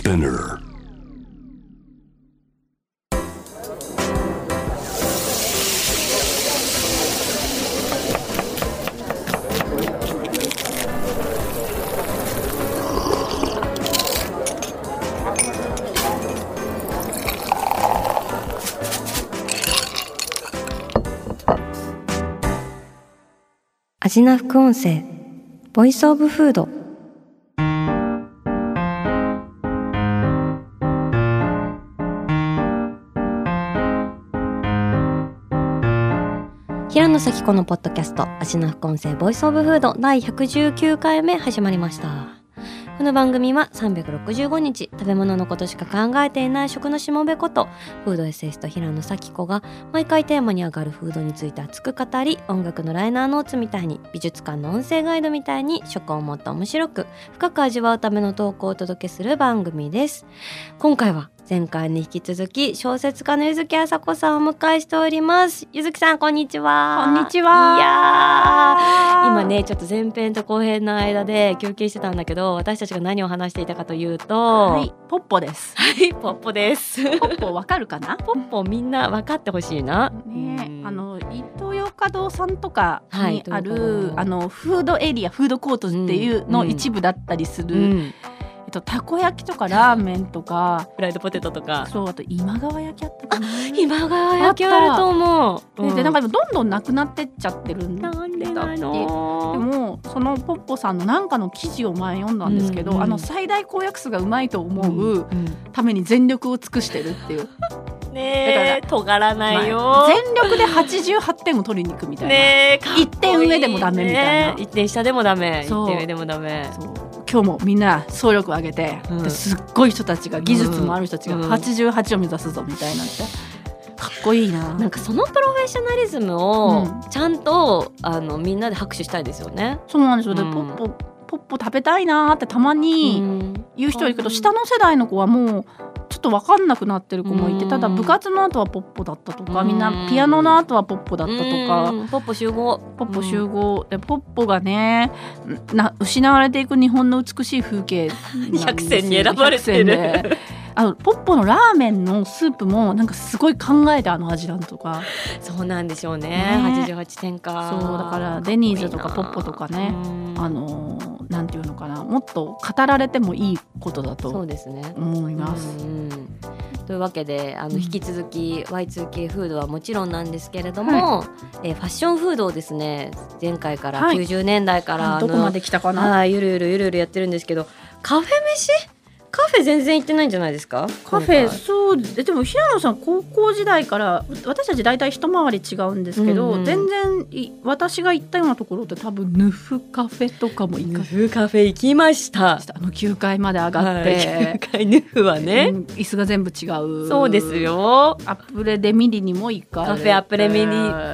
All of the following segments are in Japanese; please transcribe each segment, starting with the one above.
Spinner. アジナ副音声ボイスオブフード。平野咲子のポッドキャストアジナ副音声ボイスオブフード第119回目始まりました。この番組は365日食べ物のことしか考えていない食のしもべことフードエッセイスト平野咲子が毎回テーマに上がるフードについて熱く語り、音楽のライナーノーツみたいに美術館の音声ガイドみたいに食をもっと面白く深く味わうためのトークをお届けする番組です。今回は前回に引き続き小説家の柚木あさこさんをお迎えしております。柚木さんこんにちは。 こんにちは。 いや今ねちょっと前編と後編の間で休憩してたんだけど、私たちが何を話していたかというと、 はい、ポッポです。 はい、ポッポです。 ポッポわかるかな？ ポッポみんな分かってほしいな。 ね、イトーヨーカドーさんとかにある、はい、フードエリアフードコートっていうの一部だったりする。たこ焼きとかラーメンとかフライドポテトとか、 そう、あと今川焼きあったかな。 今川焼きあると思う。 でなんかどんどんなくなってっちゃってるんだって。 なんでなの？でもそのポッポさんのなんかの記事を前読んだんですけど、最大公約数がうまいと思うために全力を尽くしてるっていう。 ねえ、尖らないよ、 全力で88点を取りに行くみたいな、 ね、 1点上でもダメみたいな、 1点下でもダメ、1点上でもダメ。 今日もみんな総力を上げて、ですっごい人たちが技術もある人たちが88を目指すぞみたいなって、かっこいいな。 なんかそのプロフェッショナリズムをちゃんと、みんなで拍手したいですよね。 そうなんですよ。でポッポ食べたいなってたまに言う人いるけど、下の世代の子はもうちょっと分かんなくなってる子もいて、ただ部活の後はポッポだったとか、みんなピアノの後はポッポだったとか、 ポッポ集合でポッポがね失われていく日本の美しい風景 100選に選ばれてる。 ポッポのラーメンのスープもなんかすごい考えて味なんとか。 そうなんでしょうね。88点か。 そうだからデニーズとかポッポとかね、なんていうのかな、もっと語られてもいいことだと思います。 というわけで引き続き Y2K フードはもちろんなんですけれども、ファッションフードをですね、前回から90年代からどこまで来たかな、 ゆるゆるやってるんですけど、カフェ飯カフェ全然行ってないんじゃないですか？ カフェ、そうでも平野さん高校時代から私たち大体一回り違うんですけど、全然私が行ったようなところって多分ヌフカフェとかも行かヌフカフェ行きました。 9階まで上がって、 9階ヌフはね、 椅子が全部違う。 そうですよ。 アプレデミリにも行かれて、 カフェアプレメ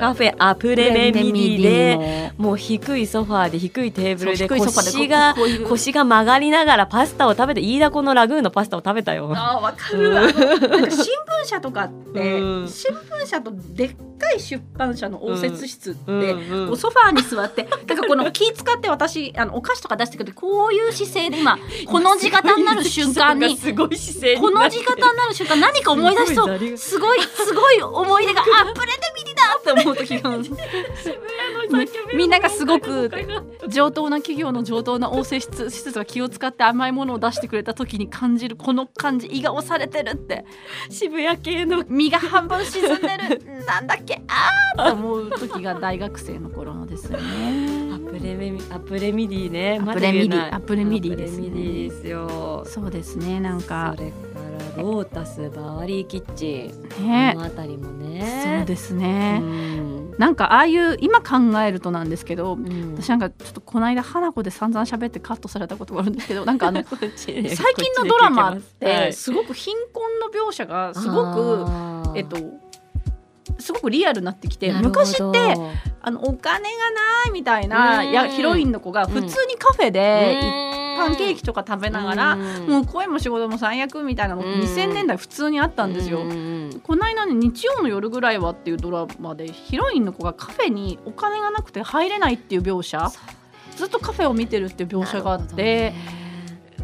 ミリでもう低いソファーで低いテーブルで腰が曲がりながらパスタを食べて、飯田子のラグーンのパスタを食べたよ。 わかる。なんか新聞社とかって、新聞社とでっかい出版社の応接室って、ソファーに座ってなんかこの気使って私お菓子とか出してくる、こういう姿勢で今この字型になる瞬間にすごい姿勢にこの字型になる瞬間何か思い出しそう、すごい思い出がアプレデミリだって思う時がみんながすごく上等な企業の上等な応接室が気を使って甘いものを出してくれた時に感じるこの感じ、胃が押されてるって、 渋谷系の身が半分沈んでるなんだっけって思う時が大学生の頃のですよね。 アプレミディね。 アプレミディですね。 ですよ。 そうですね。なんかそれからロータスバワリーキッチン、 ね、 このあたりもね。 そうですね。なんかああいう今考えるとなんですけど、私なんかちょっとこの間花子で散々喋ってカットされたことがあるんですけど、なんか最近のドラマってすごく貧困の描写がすごくすごくリアルになってきて、昔ってお金がないみたいなヒロインの子が普通にカフェでパンケーキとか食べながら、もう声も仕事も最悪みたいなの2000年代普通にあったんですよ。この間ね、日曜の夜ぐらいはっていうドラマでヒロインの子がカフェにお金がなくて入れないっていう描写、ずっとカフェを見てるっていう描写があって、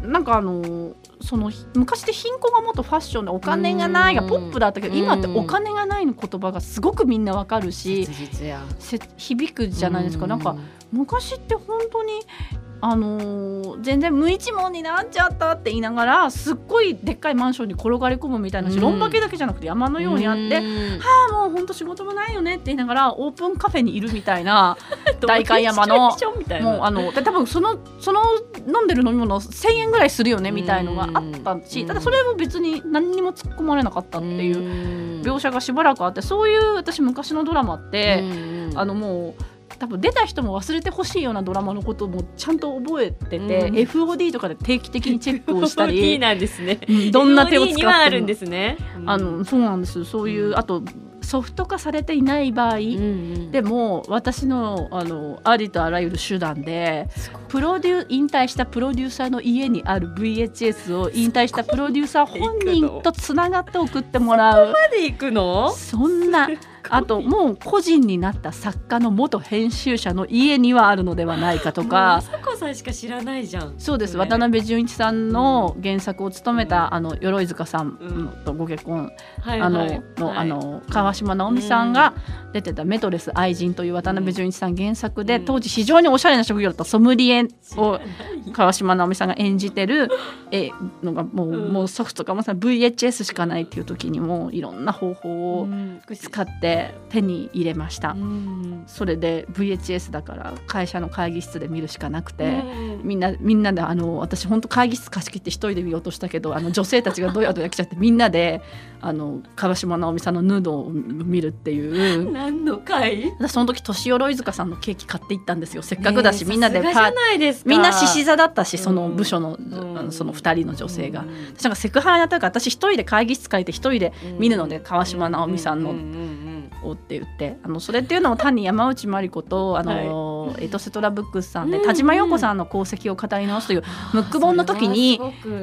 なんかその昔って貧困がもっとファッションでお金がないがポップだったけど、今ってお金がないの言葉がすごくみんなわかるし響くじゃないですか。なんか昔って本当に全然無一文になっちゃったって言いながらすっごいでっかいマンションに転がり込むみたいなロンバケだけじゃなくて山のようにあってもう本当仕事もないよねって言いながらオープンカフェにいるみたいな代官山のもう多分その飲んでる飲み物1000円ぐらいするよねみたいのがあったし、ただそれも別に何にも突っ込まれなかったっていう描写がしばらくあって、そういう私昔のドラマってもう多分出た人も忘れてほしいようなドラマのこともちゃんと覚えてて、FOD とかで定期的にチェックをしたりなんですね、 どんな手を使っても FOD にはあるんですね、 そうなんです。そういう、あとソフト化されていない場合、でも私のありとあらゆる手段で引退したプロデューサーの家にある VHS を引退したプロデューサー本人とつながって送ってもらう。 そこまで行くの？ そんなあともう個人になった作家の元編集者の家にはあるのではないかとか。 あさこさんしか知らないじゃん。 そうです、渡辺淳一さんの原作を務めた鎧塚さんとご結婚川島直美さんが出てたメトレス愛人という渡辺淳一さん原作で、当時非常におしゃれな職業だったソムリエを川島直美さんが演じてるのがもうソフトかまさに VHS しかないっていう時にもいろんな方法を使って手に入れました。それで VHS だから会社の会議室で見るしかなくて、みんなで私本当会議室貸し切って一人で見ようとしたけど女性たちがどやどや来ちゃってみんなで川島直美さんのヌードを見るっていう何の会？ 私その時年鎧塚さんのケーキ買って行ったんですよ。せっかくだしみんなでみんな獅子座だったし、その部署のその2人の女性が私なんかセクハラになったから私一人で会議室借りて一人で見るので川島直美さんのをって言ってそれっていうのも単に山内まり子とエトセトラブックスさんで田島陽子さんの功績を語り直すというムック本の時に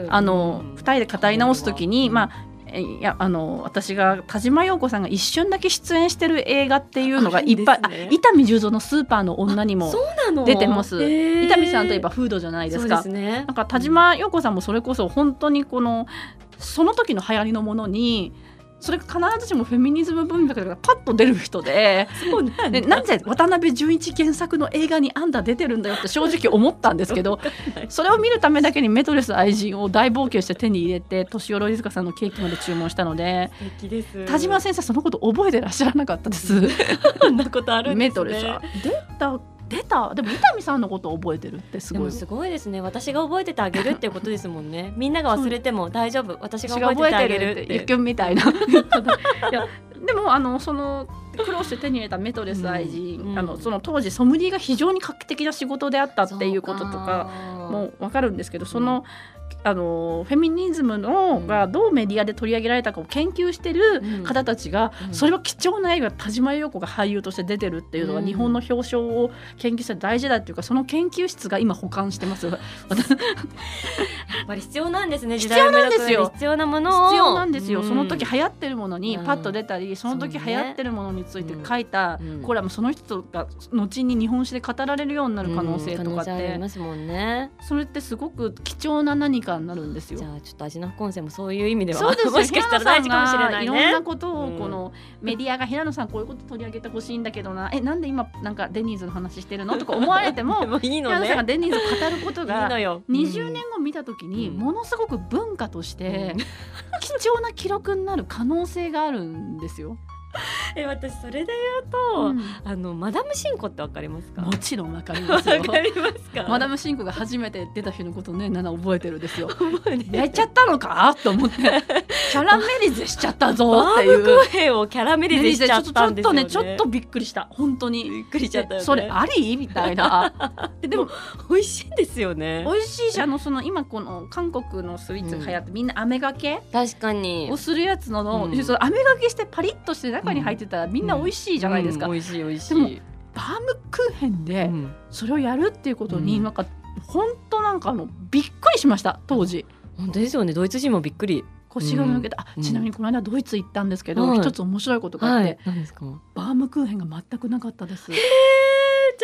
2人で語り直す時に私が田島陽子さんが一瞬だけ出演してる映画っていうのがいっぱい、伊丹十三のスーパーの女にも出てます。伊丹さんといえばフードじゃないですか。なんか田島陽子さんもそれこそ本当にその時の流行りのものにそれが必ずしもフェミニズム文脈だからパッと出る人で、なぜ渡辺淳一原作の映画にあんた出てるんだよって正直思ったんですけどそれを見るためだけにメトレス愛人を大冒険して手に入れて年鎧塚さんのケーキまで注文したので、田島先生そのこと覚えてらっしゃらなかったです。 そんなことあるんですね。 メトレス出たでも伊丹さんのことを覚えてるってすごい。 でもすごいですね。私が覚えててあげるっていうことですもんね。みんなが忘れても大丈夫、私が覚えててあげるってゆっきゅんみたいな。いやでもその苦労して手に入れたメトレス愛人、その当時ソムリエが非常に画期的な仕事であったっていうこととかも分かるんですけど、そのフェミニズムがどうメディアで取り上げられたかを研究してる方たちが、それは貴重な映画田島陽子が俳優として出てるっていうのが日本の表彰を研究して大事だっていうか、その研究室が今保管してますやっぱり必要なんですね。 必要なんですよ。 必要なものを必要なんですよ。その時流行ってるものにパッと出たり、その時流行ってるものについて書いたコラム、その人が後に日本史で語られるようになる可能性とかってありますもんね。それってすごく貴重な何かになるんですよ。 じゃあちょっと味の副音声もそういう意味ではそうですもしかしたら大事かもしれないね。 いろんなことをこのメディアが平野さんこういうこと取り上げてほしいんだけどなんで今なんかデニーズの話してるのとか思われてもいいのね、 平野さんがデニーズを語ることがいいの 20年後見た時にものすごく文化として貴重な記録になる可能性があるんですよ。 私それで言うと、マダムシンコってわかりますか？ もちろんわかりますよ。 わかりますか？ マダムシンコが初めて出た日のことね、覚えてるんですよ。やっちゃったのかと思ってキャラメリゼしちゃったぞっていう。 バームクーヘンをキャラメリゼしちゃったんですよね。 ちょっとびっくりした。本当にびっくりしちゃったよね。 それありみたいな。 でも美味しいんですよね。 美味しいし、今この韓国のスイーツが流行って、みんな飴がけ確かにをするやつの、飴がけしてパリッとして中に入ってたらみんな美味しいじゃないですか。 美味しい美味しい。 でもバームクーヘンでそれをやるっていうことになんか本当なんかびっくりしました当時。 本当ですよね。ドイツ人もびっくり。 腰が抜けた。ちなみにこの間ドイツ行ったんですけど、一つ面白いことがあって、 何ですか？ バームクーヘンが全くなかったです。 じゃあ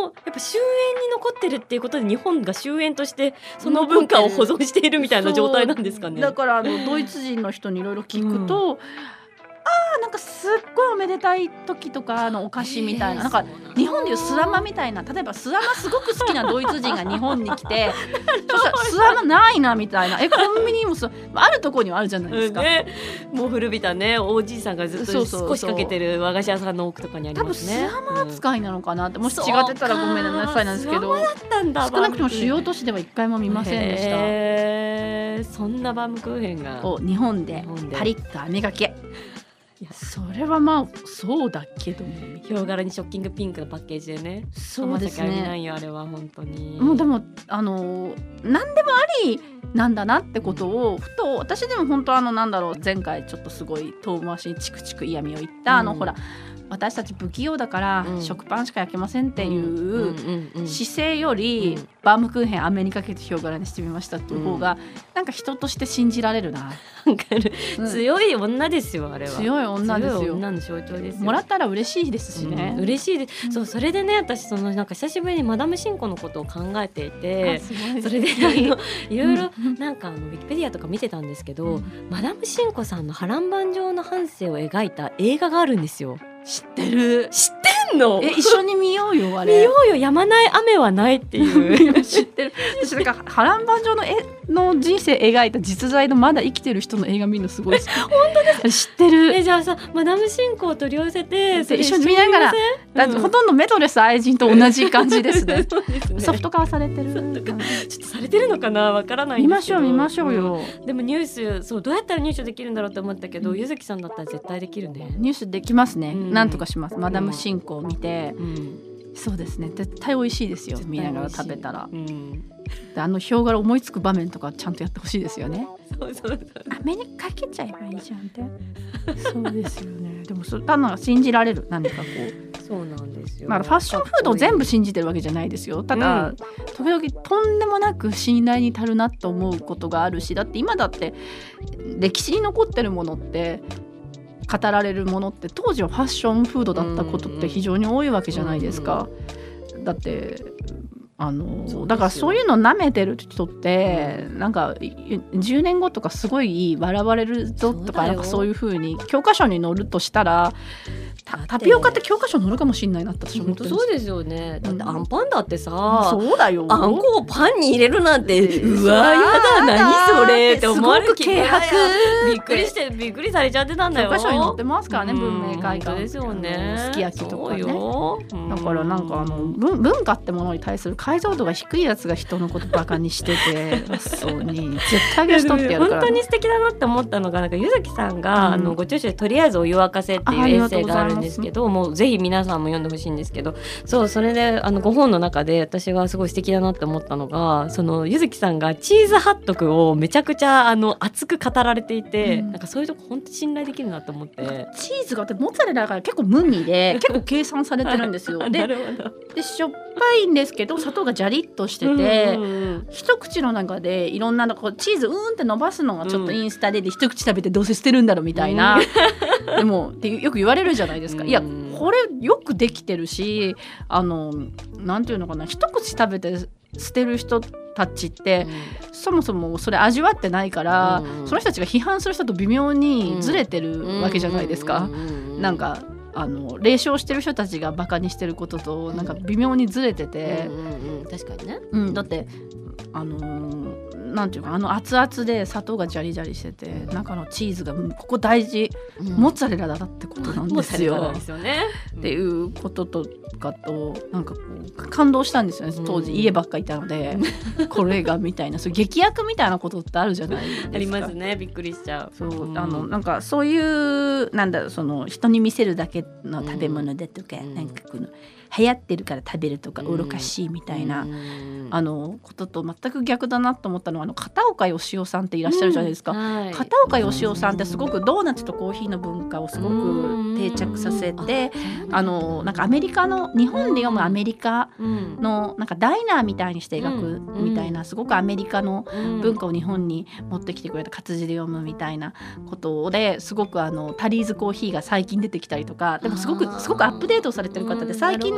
やっぱ終焉に残ってるっていうことで日本が終焉としてその文化を保存しているみたいな状態なんですかね。 だからドイツ人の人にいろいろ聞くと、なんかすっごいおめでたい時とかのお菓子みたいな、なんか日本でいうスラマみたいな、例えばスラマすごく好きなドイツ人が日本に来てそしたらスラマないなみたいな、コンビニもあるところにはあるじゃないですか、 もう古びたねおじいさんがずっと少しかけてる和菓子屋さんの奥とかにありますね。 多分スラマ扱いなのかなって、もし違ってたらごめんなさいなんですけど、少なくとも主要都市では一回も見ませんでした。そんなバームクーヘンが日本でパリッと飴がけ、それはまあそうだけども、 ヒョウ柄にショッキングピンクのパッケージでね。 そうですね。 ないよあれは本当に。 もうでも何でもありなんだなってことをふと、私でも本当前回ちょっとすごい遠回しにチクチク嫌味を言った、ほら私たち不器用だから食パンしか焼けませんっていう姿勢より、バームクーヘン飴にかけてヒョウ柄にしてみましたっていう方が、なんか人として信じられるな。 強い女ですよあれは。 強い女ですよ。 強い女の象徴ですよ。 もらったら嬉しいですしね。 嬉しいです。それでね、私なんか久しぶりにマダムシンコのことを考えていて、それでいろいろなんかウィキペディアとか見てたんですけど、マダムシンコさんの波乱万丈の半生を描いた映画があるんですよ。 知ってる。 知ってんの？ 一緒に見ようよあれ。 見ようよ。やまない雨はないっていう知ってる。私なんか波乱万丈の人生描いた実在のまだ生きてる人の映画見るのすごい好き。 本当ですか？知ってる。 じゃあさ、マダムシンコを取り寄せて一緒に見ながら、ほとんどメドレス愛人と同じ感じですね。ソフト化されてる。ちょっとされてるのかな、わからないんですけど。 見ましょうよ。 でもニュース、どうやったら入手できるんだろうと思ったけど、ゆずきさんだったら絶対できるね。 入手できますね。なんとかします。マダムシンコを見て、そうですね、絶対美味しいですよ。見ながら食べたら、でヒョウ柄思いつく場面とかちゃんとやってほしいですよね。飴にかけちゃえばいいじゃんって。そうですよね。でもただ信じられる、何かこう。 そうなんですよ。 ファッションフードを全部信じてるわけじゃないですよ。ただ、時々とんでもなく信頼に足るなと思うことがあるし、だって今だって歴史に残ってるものって語られるものって当時はファッションフードだったことって非常に多いわけじゃないですか。だってだからそういうの舐めてる人ってなんか10年後とかすごい笑われるぞとか、なんかそういう風に教科書に載るとしたらタピオカって教科書載るかもしれないなって私思ってるんです。 そうですよね。だってアンパンだってさ、 そうだよ、 あんこをパンに入れるなんて、うわやだ何それって思われる気がびっくりされちゃってたんだよ。 教科書に載ってますからね、文明開化ですよね。 すき焼きとかね。だからなんか文化ってものに対する解像度が低いやつが人のことバカにしててそうに絶対ゲストってやるから、 本当に素敵だなって思ったのが、なんかゆずきさんが、ご著書でとりあえずお湯沸かせっていうエッセイがあるんですけど、もうぜひ皆さんも読んでほしいんですけど、それでご本の中で私がすごい素敵だなって思ったのが、ゆずきさんがチーズハットクをめちゃくちゃ熱く語られていて、なんかそういうとこ本当に信頼できるなと思って。 チーズがモッツァレラが結構無味で結構計算されてるんですよ。でしょっぱいんですけど砂糖がジャリッとしてて、一口の中でいろんなチーズって伸ばすのがちょっとインスタで一口食べてどうせ捨てるんだろうみたいな、でもってよく言われるじゃないですか。いやこれよくできてるし、なんていうのかな、一口食べて捨てる人たちって、そもそもそれ味わってないから、その人たちが批判する人と微妙にずれてるわけじゃないですか。なんか冷笑してる人たちがバカにしてることとなんか微妙にずれてて、 確かにね、 だってなんていうか熱々で砂糖がジャリジャリしてて、中のチーズがここ大事、モッツァレラだってことなんですよ。っていうこととかとなんかこう感動したんですよね。当時家ばっかいたのでこれがみたいな、そういう劇薬みたいなことってあるじゃないですか。 ありますね。びっくりしちゃう。 そうなんかそういうなんだろう、その人に見せるだけの食べ物でとか、なんかこの流行ってるから食べるとか愚かしいみたいな、ことと全く逆だなと思ったのは、片岡義雄さんっていらっしゃるじゃないですか。片岡義雄さんってすごくドーナツとコーヒーの文化をすごく定着させて、なんかアメリカの日本で読むアメリカのなんかダイナーみたいにして描くみたいな、すごくアメリカの文化を日本に持ってきてくれた活字で読むみたいなことで、すごくタリーズコーヒーが最近出てきたりとか、でもすごくアップデートされてる方で、最近の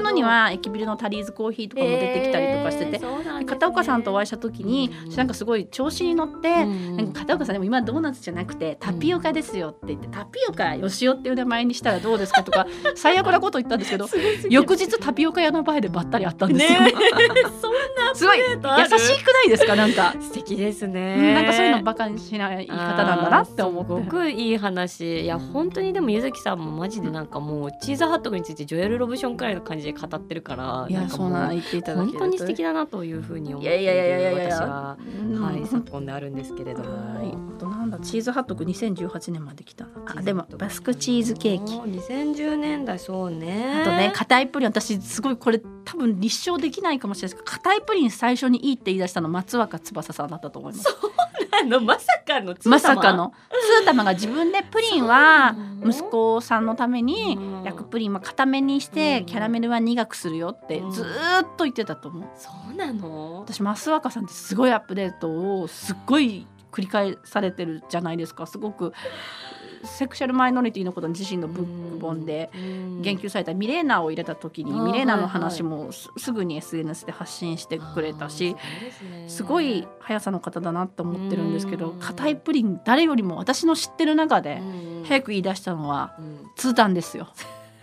のには駅ビルのタリーズコーヒーとかも出てきたりとかしてて、で片岡さんとお会いした時に、なんかすごい調子に乗って、なんか片岡さんでも今ドーナツじゃなくてタピオカですよって言って、タピオカよしおっていう名前にしたらどうですかとか最悪なこと言ったんですけど翌日タピオカ屋の前でばったり会ったんですよ、ね、 そんなすごい優しくないですか？なんか素敵ですね、 なんかそういうのバカにしない言い方なんだなって思って、 すごくいい話。いや本当にでも柚木さんもマジでなんかもうチーズハットグについてジョエル・ロブションくらいの感じで語ってるから、 いやなんかもう言っていただけると本当に素敵だなというふうに思っている私は、はい、昨今であるんですけれども、 あとなんだチーズハットグ2018年まで来た。あでもバスクチーズケーキ 2010年代、そうね。 あとね硬いプリン、私すごいこれ多分立証できないかもしれないですけど、硬いプリン最初にいいって言い出したの松若翼さんだったと思います。 そうなの？まさかのまさかのスータマが自分でプリンは息子さんのために焼くプリンは固めにしてキャラメルは苦くするよってずっと言ってたと思う。 そうなの？ 私増若さんってすごいアップデートをすっごい繰り返されてるじゃないですか。すごくセクシャルマイノリティのことに自身のブック本で言及されたミレーナを入れた時にミレーナの話もすぐに SNS で発信してくれたし、すごい速さの方だなって思ってるんですけど、硬いプリン誰よりも私の知ってる中で早く言い出したのはツータンですよ。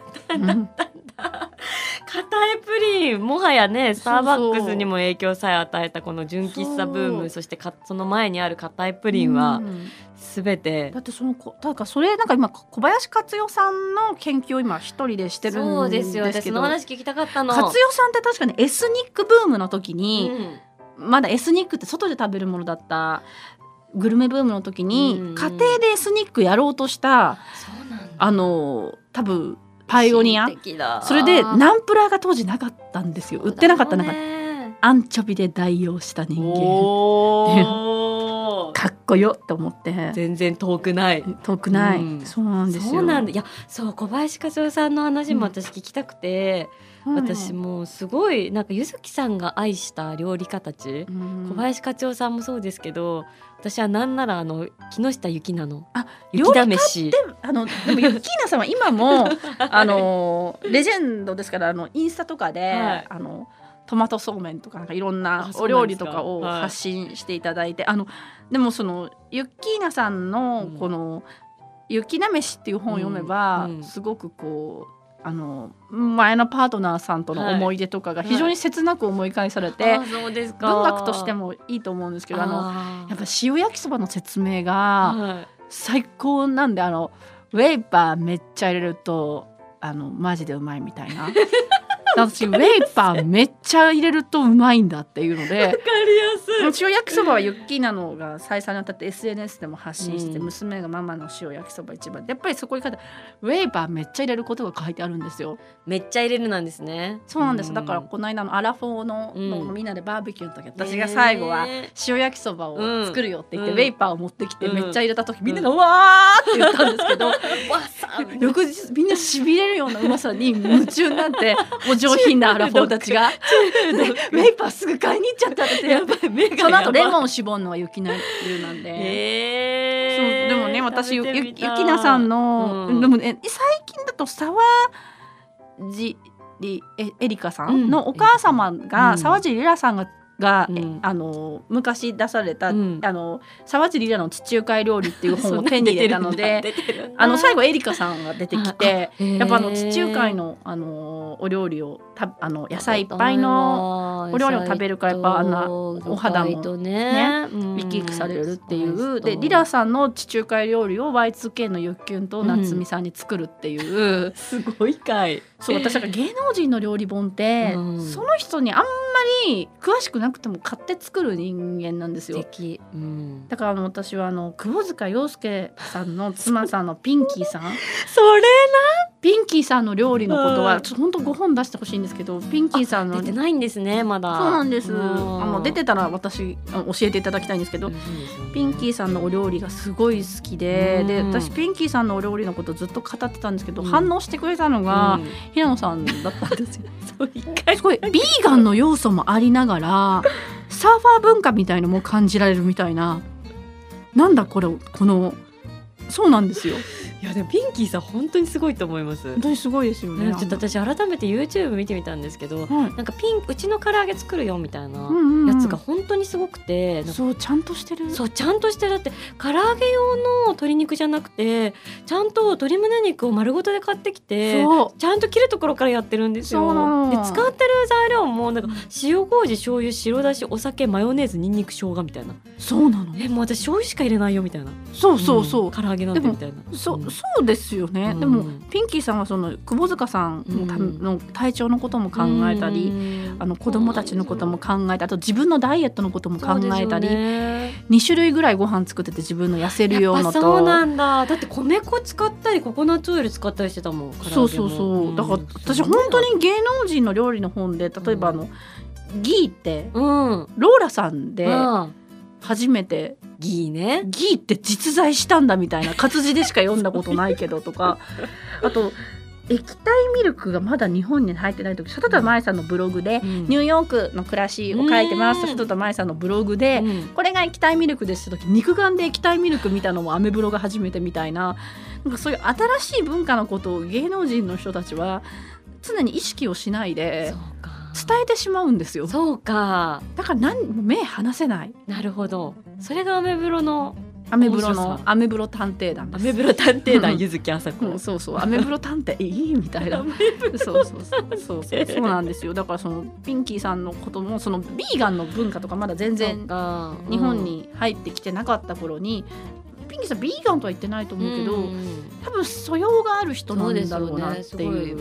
硬いプリンもはやね、スターバックスにも影響さえ与えたこの純喫茶ブーム、そしてその前にある硬いプリンは全て、 だってだからそれなんか今小林克代さんの研究を今一人でしてるんですけど、 そうですよ、その話聞きたかったの。 克代さんって確かにエスニックブームの時に、まだエスニックって外で食べるものだったグルメブームの時に、家庭でエスニックやろうとした、多分パイオニア、それでナンプラーが当時なかったんですよ。売ってなかった。なんかアンチョビで代用した人間かっこよって思って。 全然遠くない、 そうなんですよ。 そうなんだ。いやそう小林克代さんの話も私聞きたくて、私もうすごいなんか柚木さんが愛した料理家たち、小林克代さんもそうですけど、私はなんなら木下ゆきなの雪試しでもゆきなさんは今もレジェンドですから、インスタとかで、トマトそうめんとかなんかいろんなお料理とかを発信していただいて、でもそのゆきなさんのこの雪なめしっていう本を読めば、すごくこう前のパートナーさんとの思い出とかが非常に切なく思い返されて、文学としてもいいと思うんですけど、やっぱ塩焼きそばの説明が最高なんで、ウェイパーめっちゃ入れるとマジでうまいみたいな私ウェイパーめっちゃ入れるとうまいんだっていうので、 わかりやすい。 塩焼きそばはユッキーナのが再三にわたって SNS でも発信して、娘がママの塩焼きそば一番で、やっぱりそこに書いてウェイパーめっちゃ入れることが書いてあるんですよ。 めっちゃ入れるなんですね。 そうなんです、だからこの間のアラフォーの、みんなでバーベキューの時、私が最後は塩焼きそばを作るよって言って、ウェイパーを持ってきてめっちゃ入れた時、みんながうわーって言ったんですけど、翌日みんなしびれるようなうまさに夢中になってお上品なアラフォーたちがウェイパーすぐ買いに行っちゃったって、やばい目がその後レモン絞るのは雪菜流なんで、そうでもね、私ゆきなさんの、でもね最近だと沢尻エリカさんのお母様が、沢尻リラさんが昔出された、沢尻リラの地中海料理っていう本を手に入れたので最後エリカさんが出てきて、やっぱ地中海の、お料理を野菜いっぱいのお料理を食べるから、やっぱお肌もね生き生きされるっていう、でリラさんの地中海料理を Y2K のゆっきゅんと夏美さんに作るっていう、 すごい回。 そう、私は芸能人の料理本って、その人にあんまり詳しくなくても買って作る人間なんですよ。だから私は窪塚洋介さんの妻さんのピンキーさんそれな、 ピンキーさんの料理のことはちょっと本当5本出してほしいんですけど、ピンキーさんの出てないんですね、まだ。 そうなんです。出てたら私教えていただきたいんですけど、ピンキーさんのお料理がすごい好きで、私ピンキーさんのお料理のことずっと語ってたんですけど、反応してくれたのが平野さんだったんですよ。すごいビーガンの要素もありながらサーファー文化みたいのも感じられるみたいな、なんだこのそうなんですよ。 いやでもピンキーさん本当にすごいと思います。 本当にすごいですよね。 ちょっと私改めて YouTube 見てみたんですけど、なんかうちの唐揚げ作るよみたいなやつが本当にすごくて、 そうちゃんとしてる。 そうちゃんとしてる。だって唐揚げ用の鶏肉じゃなくてちゃんと鶏胸肉を丸ごとで買ってきてちゃんと切るところからやってるんですよ。で使ってる材料もなんか塩麹、醤油、白だし、お酒、マヨネーズ、ニンニク、生姜みたいな。 そうなの。 もう私醤油しか入れないよみたいな。 そうそうそう、 唐揚げなんてみたいな。 そうですよね。でもピンキーさんはその窪塚さんの体調のことも考えたり、子供たちのことも考えて、あと自分のダイエットのことも考えたり、2種類ぐらいご飯作ってて自分の痩せるようのと。 そうなんだ。だって米粉使ったりココナッツオイル使ったりしてたもん。 そうそうそう。だから私本当に芸能人の料理の本で、例えばギーって、ローラさんで初めてギーって実在したんだみたいな、活字でしか読んだことないけどとかあと液体ミルクがまだ日本に入ってない時、里田真彩さんのブログで、ニューヨークの暮らしを書いてます、里田真彩さんのブログで、これが液体ミルクですって時、肉眼で液体ミルク見たのもアメブロが初めてみたいな、なんかそういう新しい文化のことを芸能人の人たちは常に意識をしないで伝えてしまうんですよ。 そうか。 だから目離せない。 なるほど。それがアメブロ探偵団です。アメブロ探偵団柚木麻子。 そうそう、アメブロ探偵いいみたいな。そうなんですよ。だからそのピンキーさんのことも、そのビーガンの文化とかまだ全然日本に入ってきてなかった頃に、ピンキーさんビーガンとは言ってないと思うけど、多分素養がある人なんだろうなっていう。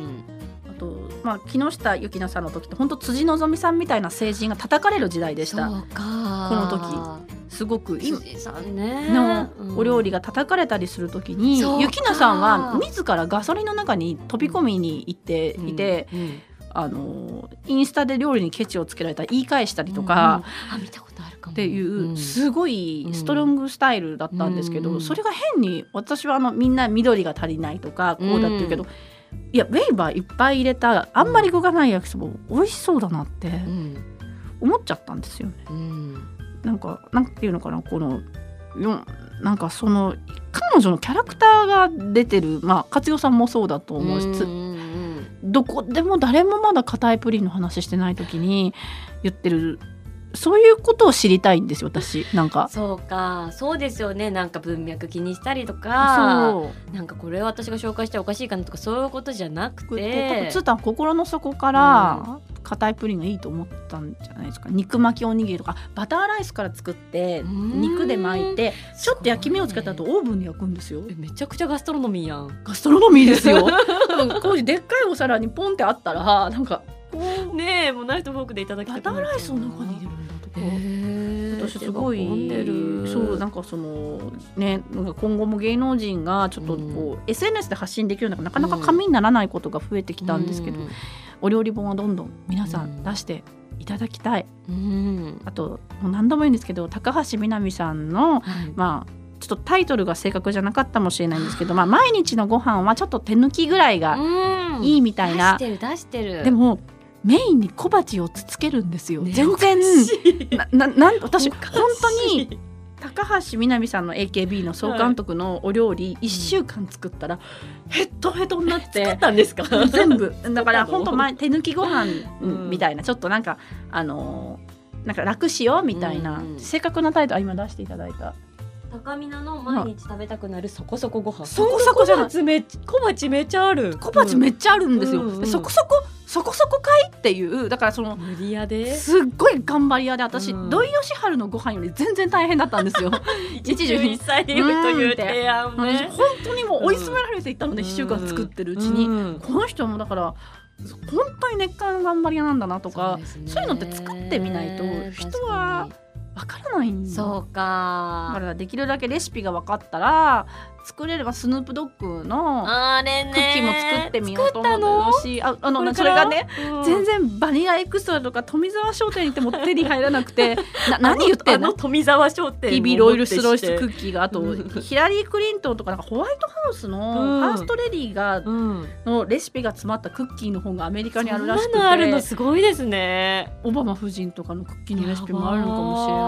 あと木下ゆきなさんの時って本当辻希美さんみたいな成人が叩かれる時代でした。 そうか。 この時すごく辻さんねのお料理が叩かれたりする時に、ゆきなさんは自らガソリンの中に飛び込みに行っていて、インスタで料理にケチをつけられたら言い返したりとか、 見たことあるかもっていうすごいストロングスタイルだったんですけど、それが変に私はみんな緑が足りないとかこうだって言うけど、いやウェイバーいっぱい入れたあんまり具がない焼きそば美味しそうだなって思っちゃったんですよね。なんていうのかな、なんかその彼女のキャラクターが出てる、勝代さんもそうだと思うし、どこでも誰もまだ硬いプリンの話してない時に言ってる、そういうことを知りたいんですよ私。なんかそうか、そうですよね。なんか文脈気にしたりとか、なんかこれ私が紹介しておかしいかなとか、そういうことじゃなくて、 つーたん心の底から硬いプリンがいいと思ったんじゃないですか。肉巻きおにぎりとかバターライスから作って肉で巻いてちょっと焼き目をつけた後オーブンで焼くんですよ。 めちゃくちゃガストロノミーやん。 ガストロノミーですよ。当時でっかいお皿にポンってあったら、なんかねえ、もうナイフとフォークでいただきたい。 バターライスを中に入れるんだとか、私すごいなんかそのね、なんか今後も芸能人がちょっとSNS で発信できるのがなかなか紙にならないことが増えてきたんですけど、お料理本はどんどん皆さん出していただきたい。あともう何度も言うんですけど、高橋みなみさんの、ちょっとタイトルが正確じゃなかったかもしれないんですけど、毎日のご飯はちょっと手抜きぐらいがいいみたいな。 出してる。 でもメインに小鉢をつつけるんですよ。全然私本当に高橋みなみさんの AKB の総監督のお料理1週間作ったらヘッドヘッドになって作ったんですか？ 全部だから本当手抜きご飯みたいな、ちょっとなんか楽しようみたいな正確なタイトル今出していただいた。 高見菜の毎日食べたくなるそこそこご飯。 そこそこじゃない。 小鉢めっちゃある。 小鉢めっちゃあるんですよ。そこそこかいっていう。だからその無理やですっごい頑張り屋で、私土井善晴のご飯より全然大変だったんですよ。 21歳で言うという提案ね。 本当にもう追い詰められていったので、1週間作ってるうちに、この人もだから本当に根っからの頑張り屋なんだなとか、そういうのって作ってみないと人はわからないんだ。 そうか。 だからできるだけレシピが分かったら作れれば、スヌープドッグのクッキーも作ってみようと思うし、それがね、全然バニラエクストラとか富澤商店に行っても手に入らなくて何言ってんの。 富澤商店ビビロイルスロイスクッキーが、あとヒラリー・クリントンとか、なんかホワイトハウスのファーストレディーがのレシピが詰まったクッキーの本がアメリカにあるらしくて、 そんなのあるのすごいですね。 オバマ夫人とかのクッキーのレシピもあるのかもしれない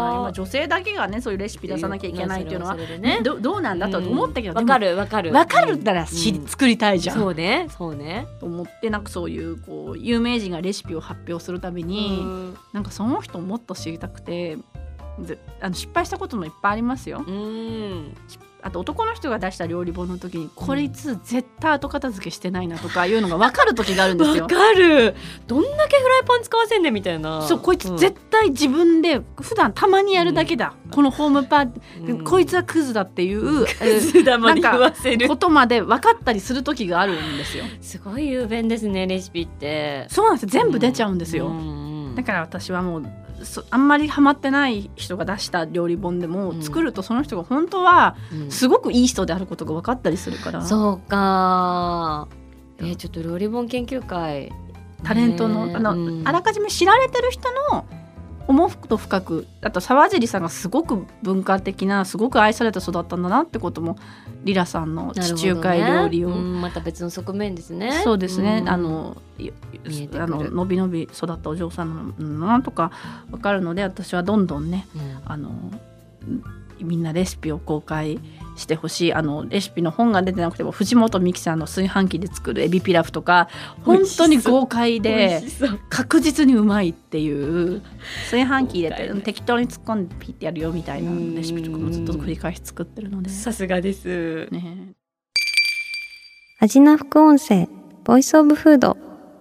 今女性だけがねそういうレシピ出さなきゃいけないっていうのは、 ね、 どうなんだと思ったけど、 わかるったら作りたいじゃん、 そうねと思って、なんかそういうこう有名人がレシピを発表するたびに、なんかその人をもっと知りたくて、失敗したこともいっぱいありますよ。あと男の人が出した料理本の時にこいつ絶対後片付けしてないなとかいうのが分かる時があるんですよ。 分かる。どんだけフライパン使わせんねんみたいな。 そう、こいつ絶対自分で普段たまにやるだけだ、このホームパーティー、こいつはクズだっていうクズだまで言わせることまで分かったりする時があるんですよ。 すごい有弁ですねレシピって。 そうなんですよ、全部出ちゃうんですよ。だから私はもうあんまりハマってない人が出した料理本でも、作るとその人が本当はすごくいい人であることが分かったりするから、 そうか、ちょっと料理本研究会タレントの、あらかじめ知られてる人の重くと深く、あと沢尻さんがすごく文化的なすごく愛されて育ったんだなってこともリラさんの地中海料理を、 また別の側面ですね。 そうですね、のびのび育ったお嬢さんのなんとか分かるので、私はどんどんね、みんなレシピを公開してほしい。レシピの本が出てなくても藤本美貴さんの炊飯器で作るエビピラフとか本当に豪快で確実にうまいっていう炊飯器入れて適当に突っ込んでピッてやるよみたいなレシピとかもずっと繰り返し作ってるので、 さすがです、 ね、 味な副音声ボイスオブフード。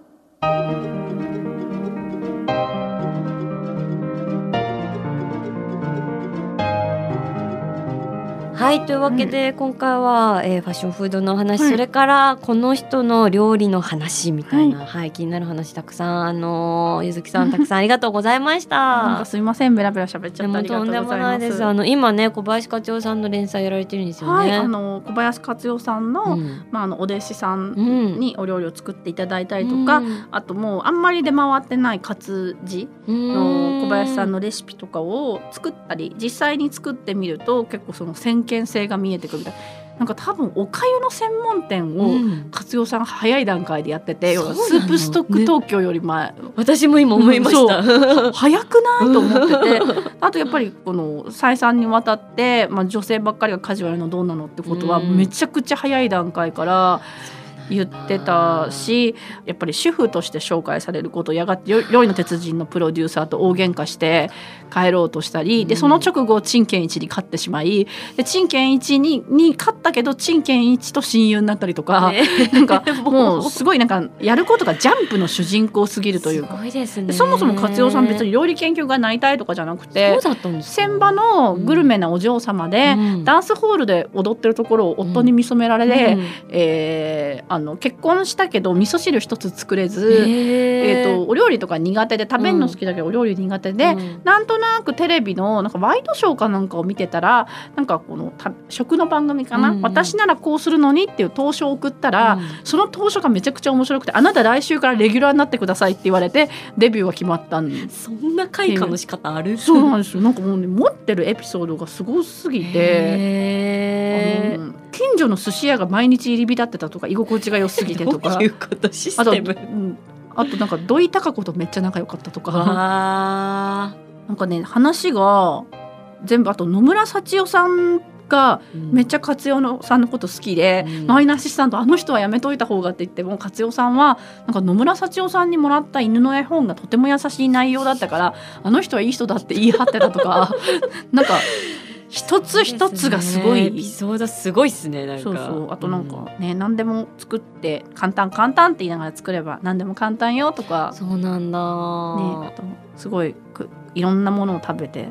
はい、というわけで、今回は、ファッションフードの話、それからこの人の料理の話みたいな、気になる話たくさんゆずきさんたくさんありがとうございました。 なんかすいません、ベラベラ喋っちゃってありがとうございます。とんでもないです。 今ね小林克代さんの連載やられてるんですよね。 小林克代さんの、お弟子さんにお料理を作っていただいたりとか、あともうあんまり出回ってない活字の小林さんのレシピとかを作ったり、実際に作ってみると結構その先見性が見えてくるみたいな。なんか多分おかゆの専門店を勝代さん早い段階でやってて、スープストック東京より前、 私も今思いました、 早くないと思っててあとやっぱりこの再三にわたって、女性ばっかりが家事をやるのどうなのってことはめちゃくちゃ早い段階から言ってたし、やっぱり主婦として紹介されることをやがて料理の鉄人のプロデューサーと大喧嘩して帰ろうとしたりで、その直後陳建一に勝ってしまい、で陳建一に勝ったけど陳建一と親友になったりとか、なんかもうすごいなんかやることがジャンプの主人公すぎるというか、 すごいですね。 そもそも勝代さん別に料理研究家になりたいとかじゃなくて、 そうだったんですか。 船場のグルメなお嬢様で、ダンスホールで踊ってるところを夫に見初められて、結婚したけど味噌汁一つ作れず、お料理とか苦手で食べるの好きだけどお料理苦手で、なんとなくテレビのなんかワイドショーかなんかを見てたら、なんかこの食の番組かな、私ならこうするのにっていう投書を送ったら、その投書がめちゃくちゃ面白くて、あなた来週からレギュラーになってくださいって言われてデビューが決まったんです。 そんな開花の仕方ある？ そうなんですよ。なんかもうね、持ってるエピソードがすごすぎて、近所の寿司屋が毎日入り浸ってたとか、居心地が良すぎてとか、 どういうことシステム？ あとなんか土井孝子とめっちゃ仲良かったとか、なんかね話が全部、あと野村幸代さんがめっちゃ勝代さんのこと好きで、マイナーアシスタントあの人はやめといた方がって言っても、勝代さんはなんか野村幸代さんにもらった犬の絵本がとても優しい内容だったから、あの人はいい人だって言い張ってたとかなんか一つ一つがすごい、 エピソードすごいっすね。なんかそうあとなんかね、何でも作って簡単って言いながら作れば何でも簡単よとか、 そうなんだ、 あとすごいいろんなものを食べて、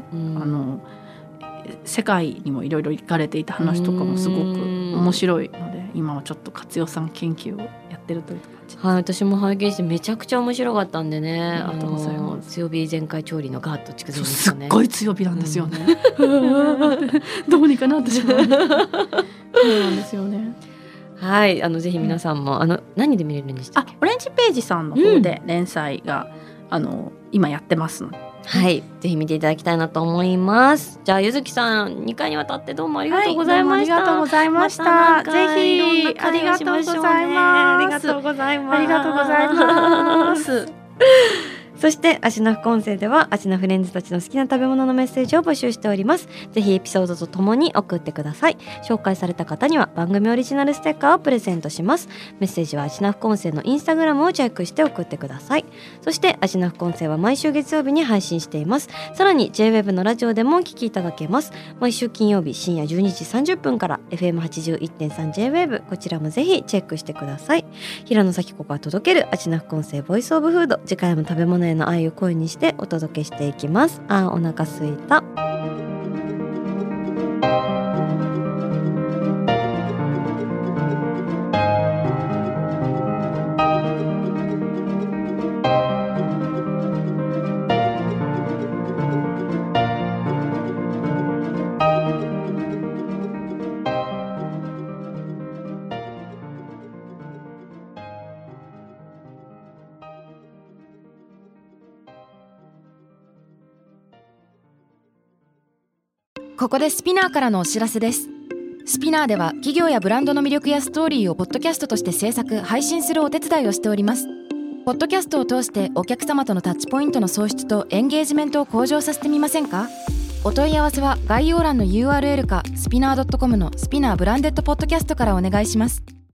世界にもいろいろ行かれていた話とかもすごく面白いので、今はちょっと勝代さん研究をやってるという感じです。 私も拝見してめちゃくちゃ面白かったんでね、強火全開調理のガーッと筑前すっごい強火なんですよね、どうにかなってしまうそうなんですよね。 はい、ぜひ皆さんも何で見れるんでしたっけ？ オレンジページさんの方で連載が、今やってますので、 はい、ぜひ見ていただきたいなと思います。じゃあゆずきさん、2回にわたってどうもありがとうございました。 ありがとうございました。ぜひありがとうございます。 ありがとうございます。 ありがとうございますそしてアシナ副音声ではアシナフレンズたちの好きな食べ物のメッセージを募集しております。ぜひエピソードとともに送ってください。紹介された方には番組オリジナルステッカーをプレゼントします。メッセージはアシナ副音声のインスタグラムをチェックして送ってください。そしてアシナ副音声は毎週月曜日に配信しています。さらに JWEB のラジオでもお聞きいただけます。毎週金曜日深夜12時30分から FM81.3 JWEB、 こちらもぜひチェックしてください。平野咲子が届けるアシナ副音声ボイスオブフード、次回も食べ物への愛を声にしてお届けしていきます。お腹すいた。 ここでスピナーからのお知らせです。スピナーでは企業やブランドの魅力やストーリーをポッドキャストとして制作・配信するお手伝いをしております。ポッドキャストを通してお客様とのタッチポイントの創出とエンゲージメントを向上させてみませんか？お問い合わせは概要欄の URL かスピナー .com のスピナーブランデッドポッドキャストからお願いします。